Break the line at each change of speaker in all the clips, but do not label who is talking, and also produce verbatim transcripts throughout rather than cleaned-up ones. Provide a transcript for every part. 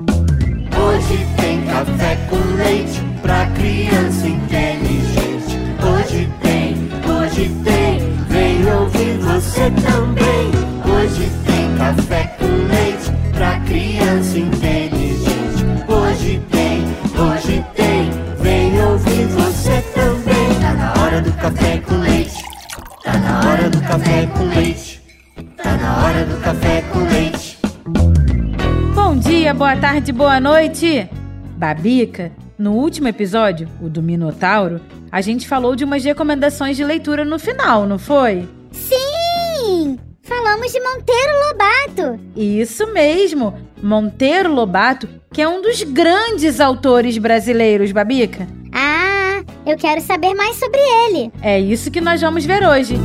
Hoje tem café com leite pra criança inteligente. Hoje tem, hoje tem, vem ouvir você também. Hoje tem café com leite pra criança inteligente. Hoje tem, hoje tem, vem ouvir você também. Tá na hora do café com leite. Tá na hora do café com leite. Tá na hora do café com leite.
Bom dia, boa tarde, boa noite! Babica, no último episódio, o do Minotauro, a gente falou de umas recomendações de leitura no final, não foi?
Sim! Falamos de Monteiro Lobato!
Isso mesmo! Monteiro Lobato, que é um dos grandes autores brasileiros, Babica.
Ah, eu quero saber mais sobre ele!
É isso que nós vamos ver hoje.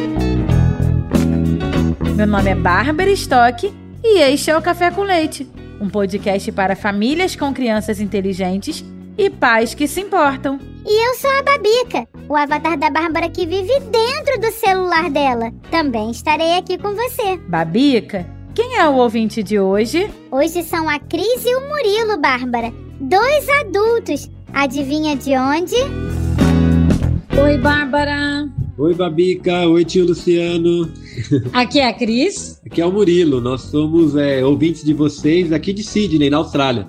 Meu nome é Bárbara Stock e este é o Café com Leite, um podcast para famílias com crianças inteligentes e pais que se importam.
E eu sou a Babica, o avatar da Bárbara que vive dentro do celular dela. Também estarei aqui com você.
Babica, quem é o ouvinte de hoje?
Hoje são a Cris e o Murilo, Bárbara. Dois adultos. Adivinha de onde?
Oi, Bárbara.
Oi, Babica. Oi, tio Luciano.
Aqui é a Cris.
Aqui é o Murilo. Nós somos é, ouvintes de vocês aqui de Sydney, na Austrália.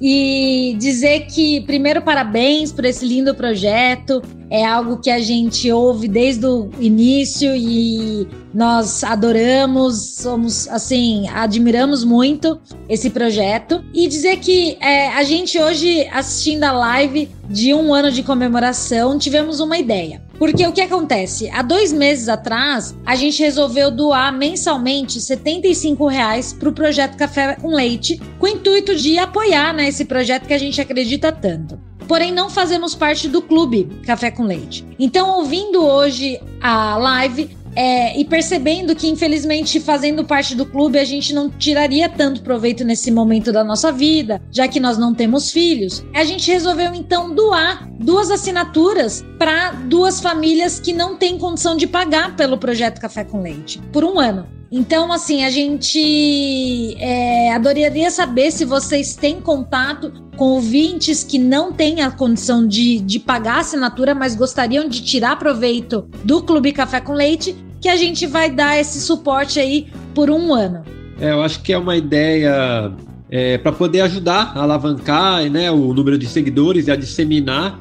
E dizer que, primeiro, parabéns por esse lindo projeto. É algo que a gente ouve desde o início e nós adoramos, somos, assim, admiramos muito esse projeto. E dizer que é, a gente hoje, assistindo a live de um ano de comemoração, tivemos uma ideia. Porque o que acontece? Há dois meses atrás, a gente resolveu doar mensalmente setenta e cinco reais para o projeto Café com Leite, com o intuito de apoiar, né, esse projeto que a gente acredita tanto. Porém, não fazemos parte do clube Café com Leite. Então, ouvindo hoje a live é, e percebendo que, infelizmente, fazendo parte do clube, a gente não tiraria tanto proveito nesse momento da nossa vida, já que nós não temos filhos, a gente resolveu, então, doar duas assinaturas para duas famílias que não têm condição de pagar pelo projeto Café com Leite, por um ano. Então, assim, a gente é, adoraria saber se vocês têm contato com ouvintes que não têm a condição de, de pagar a assinatura, mas gostariam de tirar proveito do Clube Café com Leite, que a gente vai dar esse suporte aí por um ano.
É, eu acho que é uma ideia é, para poder ajudar a alavancar, né, o número de seguidores e a disseminar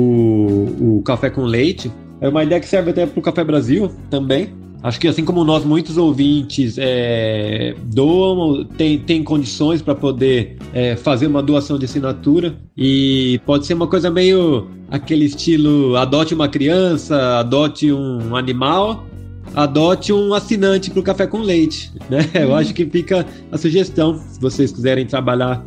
o, o Café com Leite. É uma ideia que serve até para o Café Brasil também. Acho que assim como nós, muitos ouvintes é, doam, tem, tem condições para poder é, fazer uma doação de assinatura, e pode ser uma coisa meio aquele estilo: adote uma criança, adote um animal, adote um assinante para o Café com Leite, né? Hum. Eu acho que fica a sugestão, se vocês quiserem trabalhar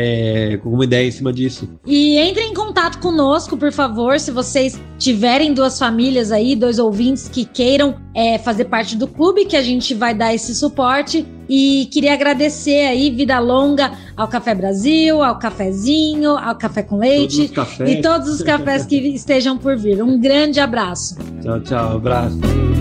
É, com uma ideia em cima disso.
E entrem em contato conosco, por favor, se vocês tiverem duas famílias aí, dois ouvintes que queiram é, fazer parte do clube, que a gente vai dar esse suporte. E queria agradecer aí, vida longa, ao Café Brasil, ao Cafezinho, ao Café com Leite
todos
e todos os cafés que estejam por vir. Um grande abraço.
Tchau, tchau, abraço.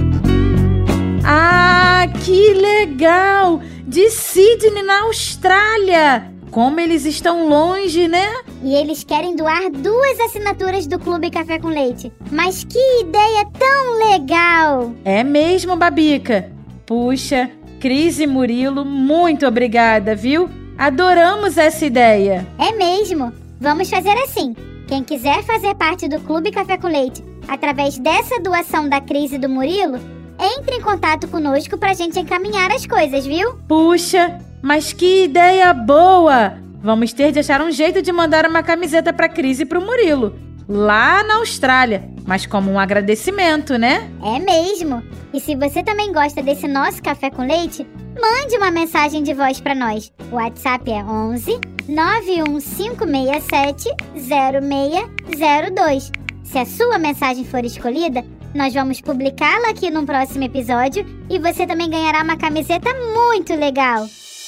Ah, que legal! De Sydney, na Austrália! Como eles estão longe, né?
E eles querem doar duas assinaturas do Clube Café com Leite. Mas que ideia tão legal!
É mesmo, Babica. Puxa, Cris e Murilo, muito obrigada, viu? Adoramos essa ideia.
É mesmo. Vamos fazer assim. Quem quiser fazer parte do Clube Café com Leite através dessa doação da Cris e do Murilo, entre em contato conosco pra gente encaminhar as coisas, viu?
Puxa, mas que ideia boa! Vamos ter de achar um jeito de mandar uma camiseta pra Cris e pro Murilo, lá na Austrália, mas como um agradecimento, né?
É mesmo! E se você também gosta desse nosso Café com Leite, mande uma mensagem de voz pra nós. O WhatsApp é onze nove um cinco seis sete zero seis zero dois. Se a sua mensagem for escolhida, nós vamos publicá-la aqui num próximo episódio e você também ganhará uma camiseta muito legal.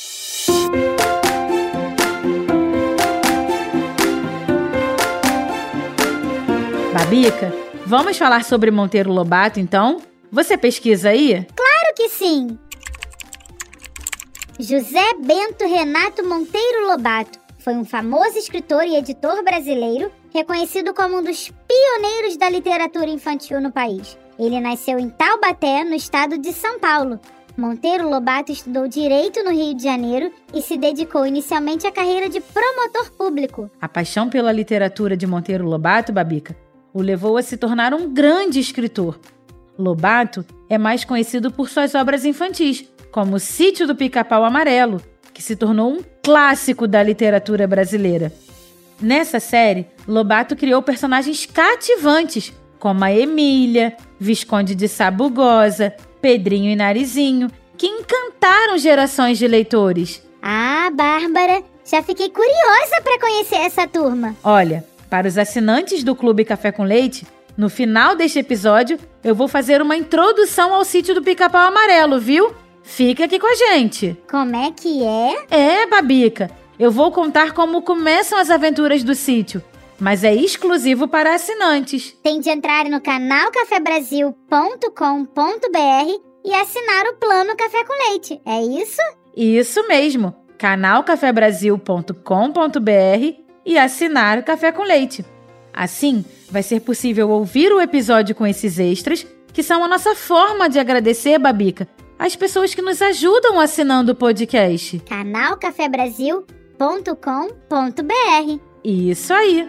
Babica, vamos falar sobre Monteiro Lobato, então? Você pesquisa aí?
Claro que sim! José Bento Renato Monteiro Lobato foi um famoso escritor e editor brasileiro, reconhecido como um dos pioneiros da literatura infantil no país. Ele nasceu em Taubaté, no estado de São Paulo. Monteiro Lobato estudou Direito no Rio de Janeiro e se dedicou inicialmente à carreira de promotor público.
A paixão pela literatura de Monteiro Lobato, Babica, o levou a se tornar um grande escritor. Lobato é mais conhecido por suas obras infantis, como O Sítio do Pica-Pau Amarelo, que se tornou um clássico da literatura brasileira. Nessa série, Lobato criou personagens cativantes, como a Emília, Visconde de Sabugosa, Pedrinho e Narizinho, que encantaram gerações de leitores.
Ah, Bárbara, já fiquei curiosa para conhecer essa turma.
Olha, para os assinantes do Clube Café com Leite, no final deste episódio, eu vou fazer uma introdução ao Sítio do Pica-Pau Amarelo, viu? Fica aqui com a gente.
Como é que é?
É, Babica, eu vou contar como começam as aventuras do sítio, mas é exclusivo para assinantes.
Tem de entrar no canal café brasil ponto com ponto b r e assinar o plano Café com Leite, é isso?
Isso mesmo, canal café brasil ponto com ponto b r e assinar o Café com Leite. Assim, vai ser possível ouvir o episódio com esses extras, que são a nossa forma de agradecer, Babica, as pessoas que nos ajudam assinando o podcast.
canal café brasil ponto com ponto b r.
Isso aí!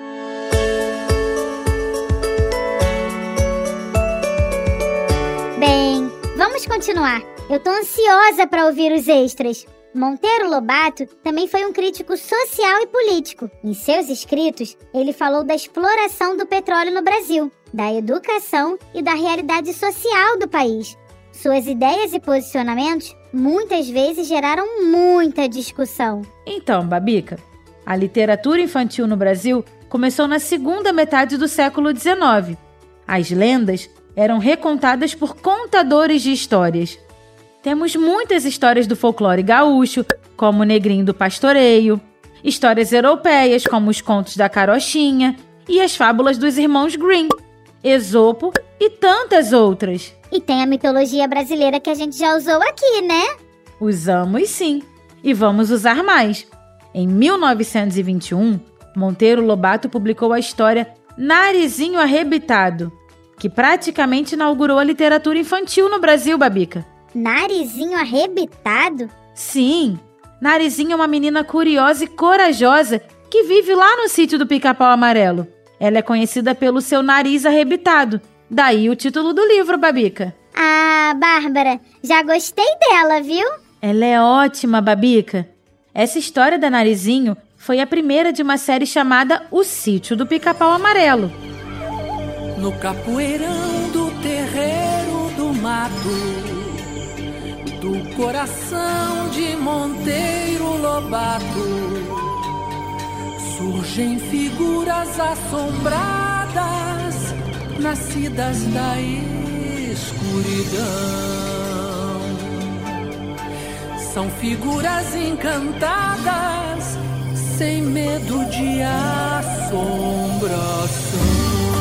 Bem, vamos continuar. Eu tô ansiosa para ouvir os extras. Monteiro Lobato também foi um crítico social e político. Em seus escritos, ele falou da exploração do petróleo no Brasil, da educação e da realidade social do país. Suas ideias e posicionamentos muitas vezes geraram muita discussão.
Então, Babica, a literatura infantil no Brasil começou na segunda metade do século dezenove. As lendas eram recontadas por contadores de histórias. Temos muitas histórias do folclore gaúcho, como o Negrinho do Pastoreio, histórias europeias, como os Contos da Carochinha e as fábulas dos irmãos Grimm, Esopo e tantas outras.
E tem a mitologia brasileira que a gente já usou aqui, né?
Usamos sim, e vamos usar mais. Em mil novecentos e vinte e um, Monteiro Lobato publicou a história Narizinho Arrebitado, que praticamente inaugurou a literatura infantil no Brasil, Babica.
Narizinho Arrebitado?
Sim, Narizinho é uma menina curiosa e corajosa que vive lá no Sítio do Pica-Pau Amarelo. Ela é conhecida pelo seu nariz arrebitado, daí o título do livro, Babica.
Ah, Bárbara, já gostei dela, viu?
Ela é ótima, Babica. Essa história da Narizinho foi a primeira de uma série chamada O Sítio do Pica-Pau Amarelo.
No capoeirão do terreiro do mato, do coração de Monteiro Lobato, surgem figuras assombradas, nascidas da escuridão. São figuras encantadas, sem medo de assombração.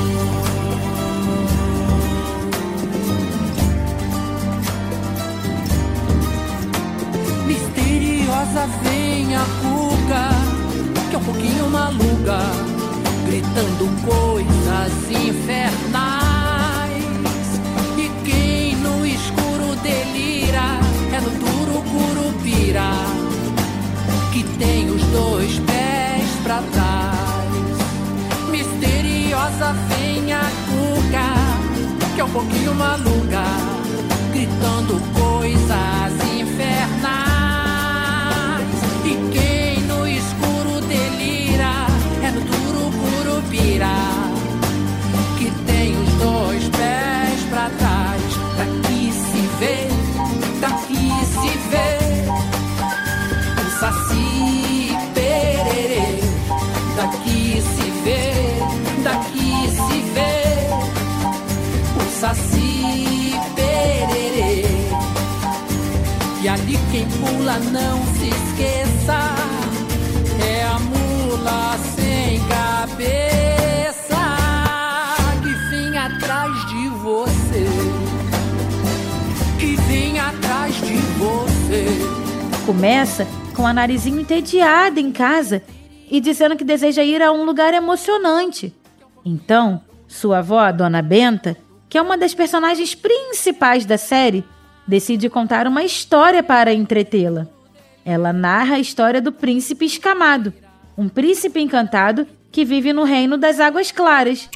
Misteriosa vem a cuca, que é um pouquinho maluca, gritando coisas infernais. E quem no escuro delira é no duro curupira, que tem os dois pés pra trás. Misteriosa vem a cuca, que é um pouquinho maluca, gritando coisas infernais. E quem no escuro delira é no duro curupira, que tem os dois pés pra trás. Daqui se vê, daqui se vê o Saci Pererê. Daqui se vê, daqui se vê o Saci Pererê. E ali quem pula não se esqueça, é a mula sem cabeça que vem atrás de você, que vem atrás de você.
Começa com a narizinho entediada em casa e dizendo que deseja ir a um lugar emocionante. Então, sua avó, a Dona Benta, que é uma das personagens principais da série, decide contar uma história para entretê-la. Ela narra a história do príncipe Escamado, um príncipe encantado que vive no reino das Águas Claras.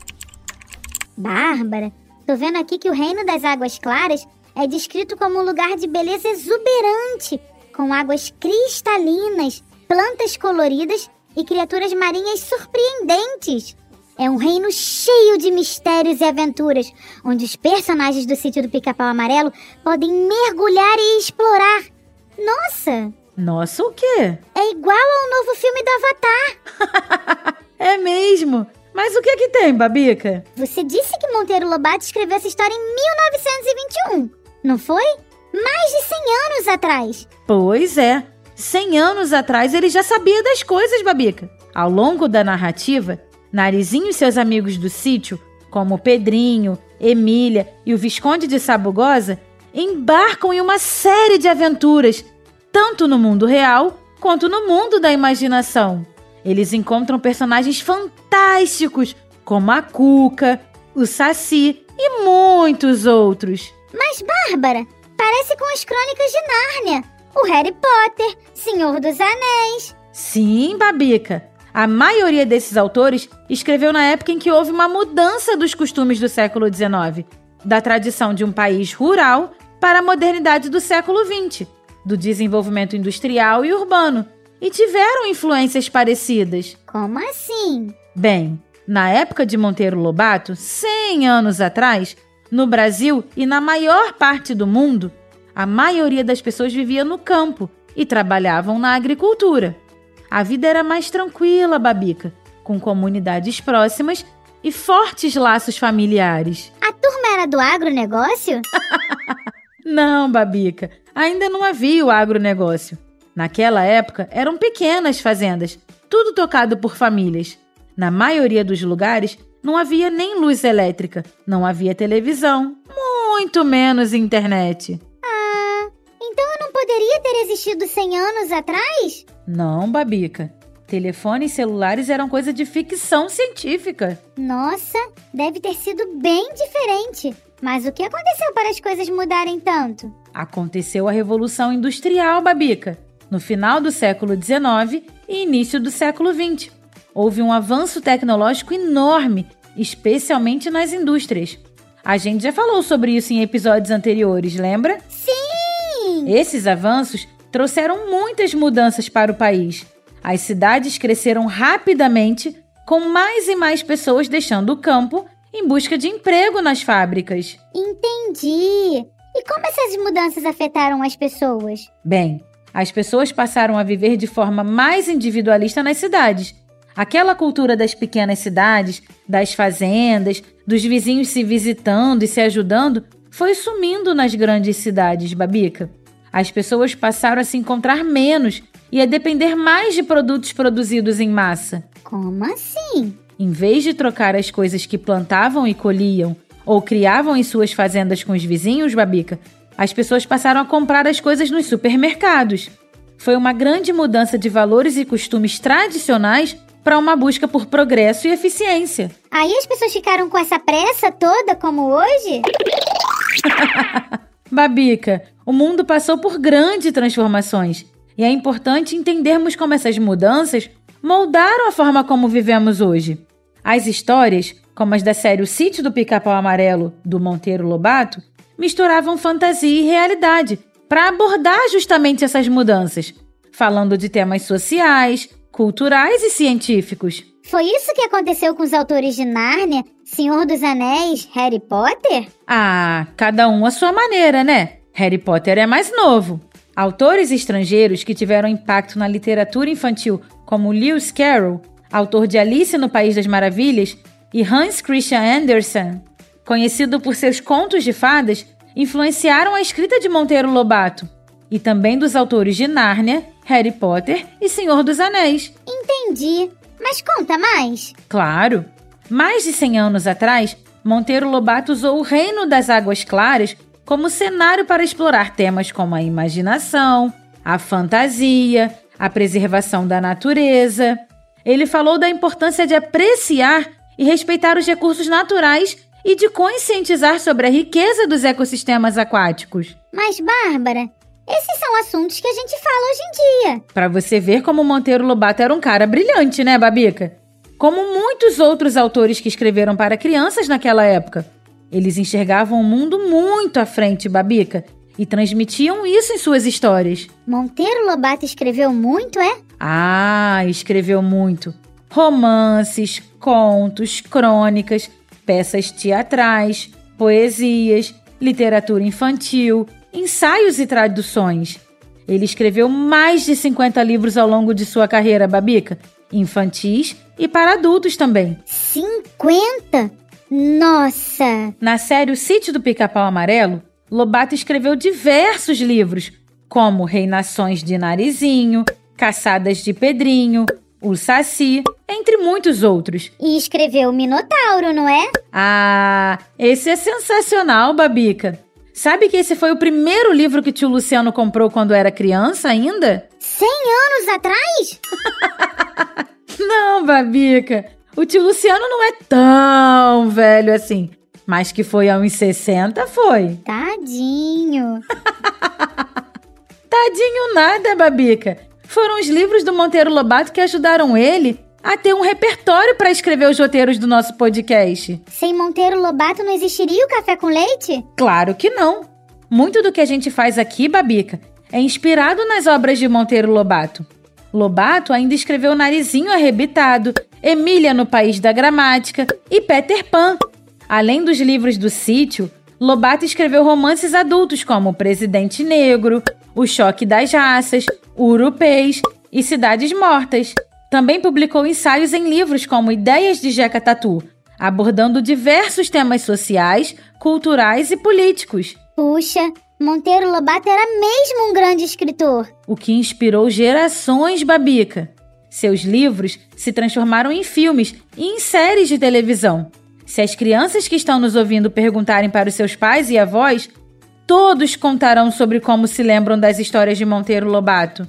Bárbara, tô vendo aqui que o reino das Águas Claras é descrito como um lugar de beleza exuberante, com águas cristalinas, plantas coloridas e criaturas marinhas surpreendentes. É um reino cheio de mistérios e aventuras, onde os personagens do Sítio do Pica-Pau Amarelo podem mergulhar e explorar. Nossa!
Nossa, o quê?
É igual ao novo filme do Avatar.
É mesmo? Mas o que é que tem, Babica?
Você disse que Monteiro Lobato escreveu essa história em mil novecentos e vinte e um, não foi? Mais de cem anos atrás.
Pois é. cem anos atrás ele já sabia das coisas, Babica. Ao longo da narrativa, Narizinho e seus amigos do sítio, como Pedrinho, Emília e o Visconde de Sabugosa, embarcam em uma série de aventuras, tanto no mundo real quanto no mundo da imaginação. Eles encontram personagens fantásticos, como a Cuca, o Saci e muitos outros.
Mas, Bárbara, parece com as Crônicas de Nárnia, o Harry Potter, Senhor dos Anéis.
Sim, Babica. A maioria desses autores escreveu na época em que houve uma mudança dos costumes do século dezenove, da tradição de um país rural para a modernidade do século vinte, do desenvolvimento industrial e urbano, e tiveram influências parecidas.
Como assim?
Bem, na época de Monteiro Lobato, cem anos atrás, no Brasil e na maior parte do mundo, a maioria das pessoas vivia no campo e trabalhavam na agricultura. A vida era mais tranquila, Babica, com comunidades próximas e fortes laços familiares.
A turma era do agronegócio?
Não, Babica, ainda não havia o agronegócio. Naquela época, eram pequenas fazendas, tudo tocado por famílias. Na maioria dos lugares, não havia nem luz elétrica, não havia televisão, muito menos internet.
Ah, então eu não poderia ter existido cem anos atrás?
Não, Babica. Telefones e celulares eram coisa de ficção científica.
Nossa, deve ter sido bem diferente. Mas o que aconteceu para as coisas mudarem tanto?
Aconteceu a Revolução Industrial, Babica, no final do século dezenove e início do século vinte. Houve um avanço tecnológico enorme, especialmente nas indústrias. A gente já falou sobre isso em episódios anteriores, lembra?
Sim!
Esses avanços trouxeram muitas mudanças para o país. As cidades cresceram rapidamente, com mais e mais pessoas deixando o campo em busca de emprego nas fábricas.
Entendi! E como essas mudanças afetaram as pessoas?
Bem, as pessoas passaram a viver de forma mais individualista nas cidades. Aquela cultura das pequenas cidades, das fazendas, dos vizinhos se visitando e se ajudando, foi sumindo nas grandes cidades, Babica. As pessoas passaram a se encontrar menos e a depender mais de produtos produzidos em massa.
Como assim?
Em vez de trocar as coisas que plantavam e colhiam ou criavam em suas fazendas com os vizinhos, Babica, as pessoas passaram a comprar as coisas nos supermercados. Foi uma grande mudança de valores e costumes tradicionais para uma busca por progresso e eficiência.
Aí as pessoas ficaram com essa pressa toda como hoje?
Babica, o mundo passou por grandes transformações e é importante entendermos como essas mudanças moldaram a forma como vivemos hoje. As histórias, como as da série O Sítio do Pica-Pau Amarelo, do Monteiro Lobato, misturavam fantasia e realidade para abordar justamente essas mudanças, falando de temas sociais, culturais e científicos.
Foi isso que aconteceu com os autores de Nárnia, Senhor dos Anéis, Harry Potter?
Ah, cada um à sua maneira, né? Harry Potter é mais novo. Autores estrangeiros que tiveram impacto na literatura infantil, como Lewis Carroll, autor de Alice no País das Maravilhas, e Hans Christian Andersen, conhecido por seus contos de fadas, influenciaram a escrita de Monteiro Lobato, e também dos autores de Nárnia, Harry Potter e Senhor dos Anéis.
Entendi. Mas conta mais.
Claro. Mais de cem anos atrás, Monteiro Lobato usou o Reino das Águas Claras como cenário para explorar temas como a imaginação, a fantasia, a preservação da natureza. Ele falou da importância de apreciar e respeitar os recursos naturais e de conscientizar sobre a riqueza dos ecossistemas aquáticos.
Mas, Bárbara, esses são assuntos que a gente fala hoje em dia.
Para você ver como Monteiro Lobato era um cara brilhante, né, Babica? Como muitos outros autores que escreveram para crianças naquela época. Eles enxergavam o mundo muito à frente, Babica, e transmitiam isso em suas histórias.
Monteiro Lobato escreveu muito, é?
Ah, escreveu muito. Romances, contos, crônicas, peças teatrais, poesias, literatura infantil, ensaios e traduções. Ele escreveu mais de cinquenta livros ao longo de sua carreira, Babica, infantis e para adultos também.
cinquenta? Nossa!
Na série O Sítio do Pica-Pau Amarelo, Lobato escreveu diversos livros, como Reinações de Narizinho, Caçadas de Pedrinho, O Saci, entre muitos outros.
E escreveu o Minotauro, não é?
Ah, esse é sensacional, Babica. Sabe que esse foi o primeiro livro que tio Luciano comprou quando era criança ainda?
Cem anos atrás?
Não, Babica. O tio Luciano não é tão velho assim. Mas que foi há uns sessenta, foi.
Tadinho.
Tadinho nada, Babica. Foram os livros do Monteiro Lobato que ajudaram ele a ter um repertório para escrever os roteiros do nosso podcast.
Sem Monteiro Lobato não existiria o Café com Leite?
Claro que não. Muito do que a gente faz aqui, Babica, é inspirado nas obras de Monteiro Lobato. Lobato ainda escreveu Narizinho Arrebitado, Emília no País da Gramática e Peter Pan. Além dos livros do sítio, Lobato escreveu romances adultos como O Presidente Negro, O Choque das Raças, Urupês e Cidades Mortas. Também publicou ensaios em livros como Ideias de Jeca Tatu, abordando diversos temas sociais, culturais e políticos.
Puxa, Monteiro Lobato era mesmo um grande escritor.
O que inspirou gerações, Babica. Seus livros se transformaram em filmes e em séries de televisão. Se as crianças que estão nos ouvindo perguntarem para os seus pais e avós, todos contarão sobre como se lembram das histórias de Monteiro Lobato.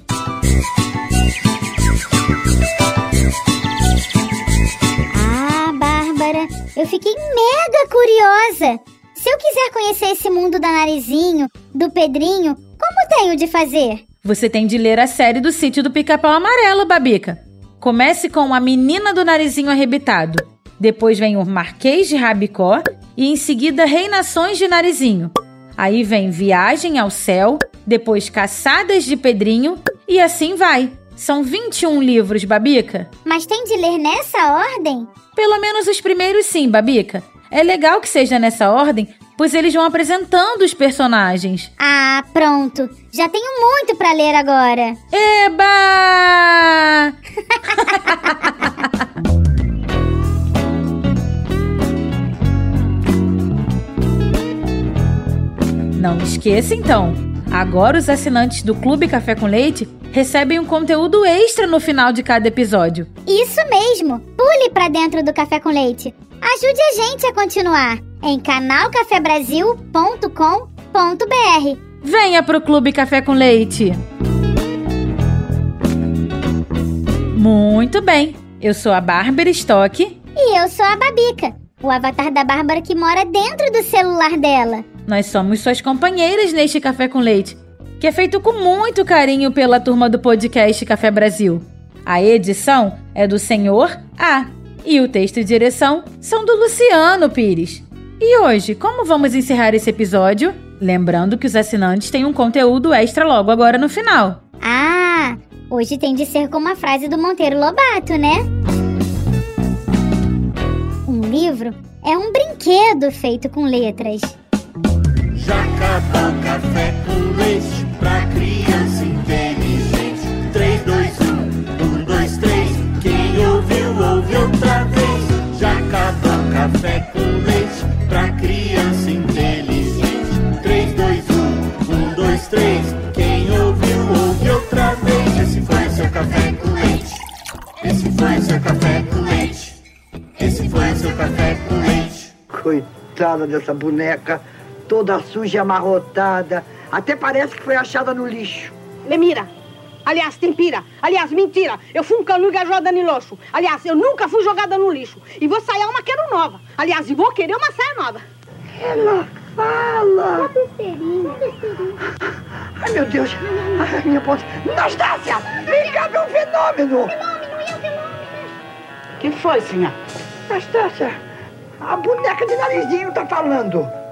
Ah, Bárbara, eu fiquei mega curiosa. Se eu quiser conhecer esse mundo da Narizinho, do Pedrinho, como tenho de fazer?
Você tem de ler a série do Sítio do Pica-Pau Amarelo, Babica. Comece com A Menina do Narizinho Arrebitado. Depois vem o Marquês de Rabicó e em seguida Reinações de Narizinho. Aí vem Viagem ao Céu, depois Caçadas de Pedrinho e assim vai. São vinte e um livros, Babica.
Mas tem de ler nessa ordem?
Pelo menos os primeiros sim, Babica. É legal que seja nessa ordem, pois eles vão apresentando os personagens.
Ah, pronto. Já tenho muito pra ler agora.
Eba! Não esqueça, então, agora os assinantes do Clube Café com Leite recebem um conteúdo extra no final de cada episódio.
Isso mesmo! Pule pra dentro do Café com Leite. Ajude a gente a continuar em canal café brasil ponto com ponto b r.
Venha pro Clube Café com Leite! Muito bem, eu sou a Bárbara Stock.
E eu sou a Babica, o avatar da Bárbara que mora dentro do celular dela.
Nós somos suas companheiras neste Café com Leite, que é feito com muito carinho pela turma do podcast Café Brasil. A edição é do Senhor A e o texto e direção são do Luciano Pires. E hoje, como vamos encerrar esse episódio? Lembrando que os assinantes têm um conteúdo extra logo agora no final.
Ah, hoje tem de ser com uma frase do Monteiro Lobato, né? Um livro é um brinquedo feito com letras.
Já acabou o café com leite pra criança inteligente. Três, dois, um, um, dois, três. Quem ouviu, ouve outra vez. Já acabou o café com leite pra criança inteligente. Três, dois, um, um, dois, três. Quem ouviu, ouve outra vez. Esse foi o seu café com leite. Esse foi o seu café com leite. Esse foi o seu café com leite.
Coitada dessa boneca. Toda suja e amarrotada. Até parece que foi achada no lixo.
Lemira. Aliás, tempira. Aliás, mentira. Eu fui um canuga jogada no lixo. Aliás, eu nunca fui jogada no lixo. E vou sair uma quero nova. Aliás, e vou querer uma saia nova.
Ela fala.
Uma besteirinha. Uma besteirinha.
Ai, meu Deus. Ai, minha ponta. Nastácia, vem cá ver um fenômeno.
Fenômeno, eu, fenômeno.
Que foi, senhor?
Nastácia, a boneca de narizinho tá falando.